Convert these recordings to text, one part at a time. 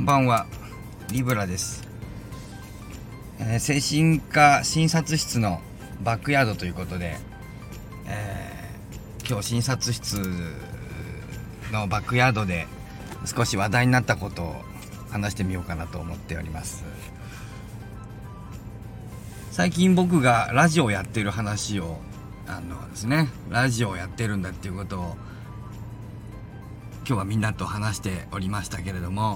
んばんは、リブラです。精神科診察室のバックヤードということで、今日診察室のバックヤードで少し話題になったことを話してみようかなと思っております。最近僕がラジオをやってる話をですね、ラジオをやってるんだっていうことを今日はみんなと話しておりましたけれども、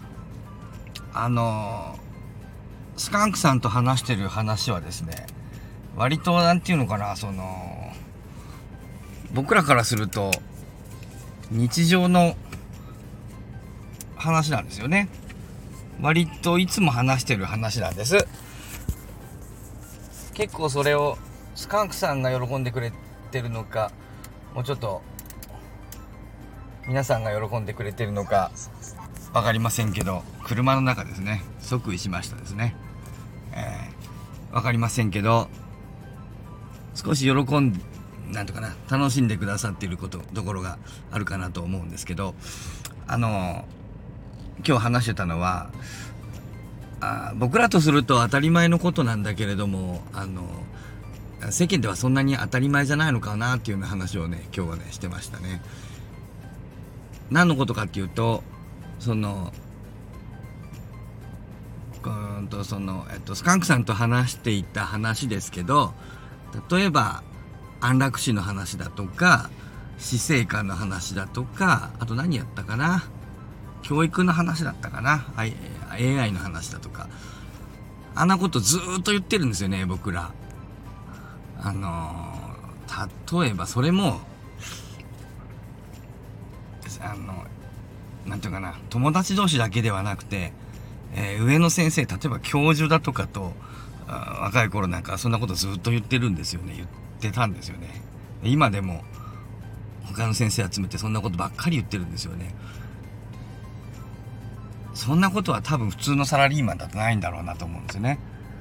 スカンクさんと話してる話はですね、割となんていうのかな、僕らからすると日常の話なんですよね。割といつも話してる話なんです。結構それをスカンクさんが喜んでくれてるのか、もうちょっと皆さんが喜んでくれてるのか分かりませんけど、車の中ですね、即位しましたですね。分かりませんけど、少しなんとかな、楽しんでくださっているところがあるかなと思うんですけど、今日話してたのは、僕らとすると当たり前のことなんだけれども、世間ではそんなに当たり前じゃないのかなっていうような話をね、今日はねしてましたね。何のことかっていうと、スカンクさんと話していた話ですけど、例えば安楽死の話だとか、死生観の話だとか、あと何やったかな、教育の話だったかな、AI の話だとか、あんなことずーっと言ってるんですよね、僕ら。例えばそれもなんていうかな、友達同士だけではなくて、上の先生、例えば教授だとかと若い頃なんかそんなことずっと言ってるんですよね。言ってたんですよね。今でも他の先生集めてそんなことばっかり言ってるんですよね。そんなことは多分普通のサラリーマンだとないんだろうなと思うんですよね。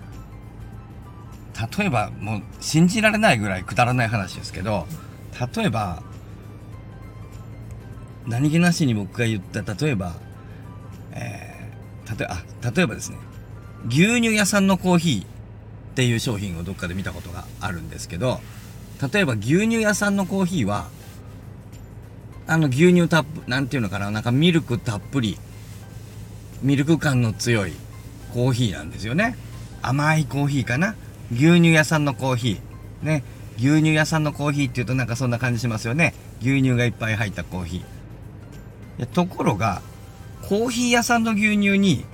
例えばもう信じられないぐらいくだらない話ですけど、例えば何気なしに僕が言った、例えばですね、牛乳屋さんのコーヒーっていう商品をどっかで見たことがあるんですけど、例えば牛乳屋さんのコーヒーは牛乳なんていうのかな、なんかミルクたっぷり、ミルク感の強いコーヒーなんですよね。甘いコーヒーかな。牛乳屋さんのコーヒーね、牛乳屋さんのコーヒーっていうとなんかそんな感じしますよね。牛乳がいっぱい入ったコーヒー。ところがコーヒー屋さんの牛乳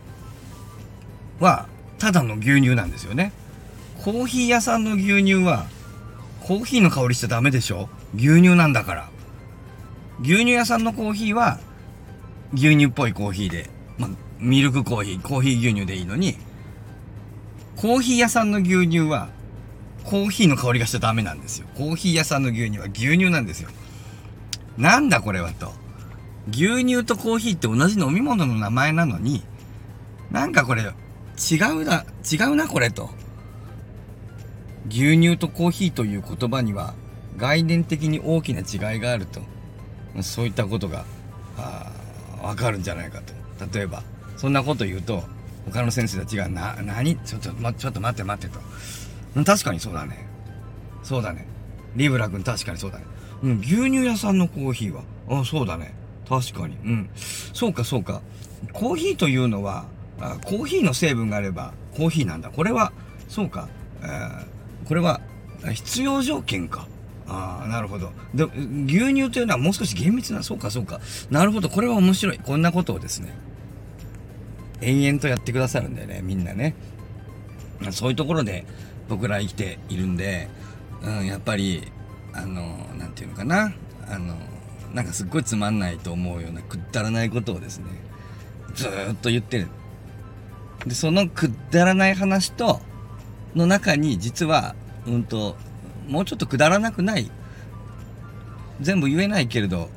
はただの牛乳なんですよね。コーヒー屋さんの牛乳はコーヒーの香りしちゃダメでしょ、牛乳なんだから。牛乳屋さんのコーヒーは牛乳っぽいコーヒーで、ミルクコーヒー、コーヒー牛乳でいいのに、コーヒー屋さんの牛乳はコーヒーの香りがしちゃダメなんですよ。コーヒー屋さんの牛乳は牛乳なんですよ。なんだこれはと。牛乳とコーヒーって同じ飲み物の名前なのに、なんかこれ違うなこれと。牛乳とコーヒーという言葉には概念的に大きな違いがあると、そういったことがわかるんじゃないかと。例えばそんなこと言うと他の先生たちがちょっと待ってと、確かにそうだね、リブラ君確かにそうだね、牛乳屋さんのコーヒーはそうだね、確かに、そうかコーヒーというのはコーヒーの成分があればコーヒーなんだ、これはそうか、これは必要条件か。なるほど。で、牛乳というのはもう少し厳密な、そうか。なるほど、これは面白い。こんなことをですね、延々とやってくださるんだよね、みんなね。そういうところで僕ら生きているんで、やっぱり、なんていうのかな、なんかすっごいつまんないと思うようなくだらないことをですね、ずーっと言ってる。で、そのくだらない話の中に実は、もうちょっとくだらなくない、全部言えないけれど、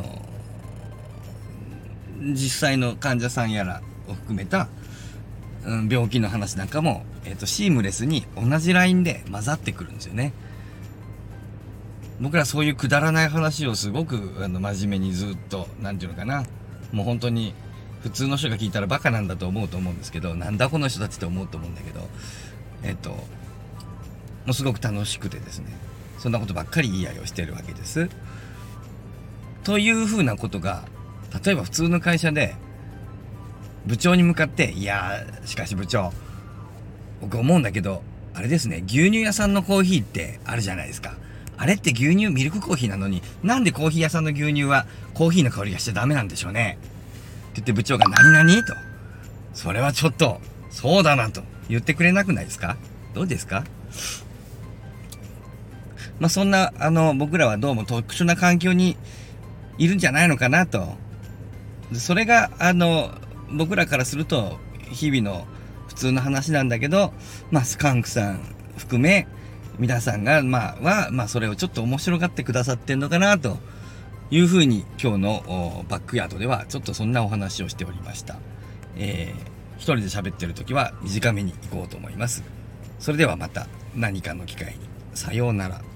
実際の患者さんやらを含めた、病気の話なんかも、シームレスに同じラインで混ざってくるんですよね。僕らそういうくだらない話をすごく真面目にずっと、なんていうのかな、もう本当に普通の人が聞いたらバカなんだと思うんですけど、なんだこの人たちって思うと思うんだけど、もうすごく楽しくてですね、そんなことばっかり言い合いをしてるわけです。というふうなことが、例えば普通の会社で部長に向かって、いやー、しかし部長、僕思うんだけど、あれですね、牛乳屋さんのコーヒーってあるじゃないですか。あれって牛乳ミルクコーヒーなのに、なんでコーヒー屋さんの牛乳はコーヒーの香りがしちゃダメなんでしょうね。って言って部長が何々と、それはちょっとそうだなと言ってくれなくないですか？どうですか？まあそんな僕らはどうも特殊な環境にいるんじゃないのかなと。それが僕らからすると日々の普通の話なんだけど、まあスカンクさん含め皆さんがまあそれをちょっと面白がってくださってんのかなというふうに、今日のバックヤードではちょっとそんなお話をしておりました。一人で喋ってる時は短めに行こうと思います。それではまた何かの機会に。さようなら。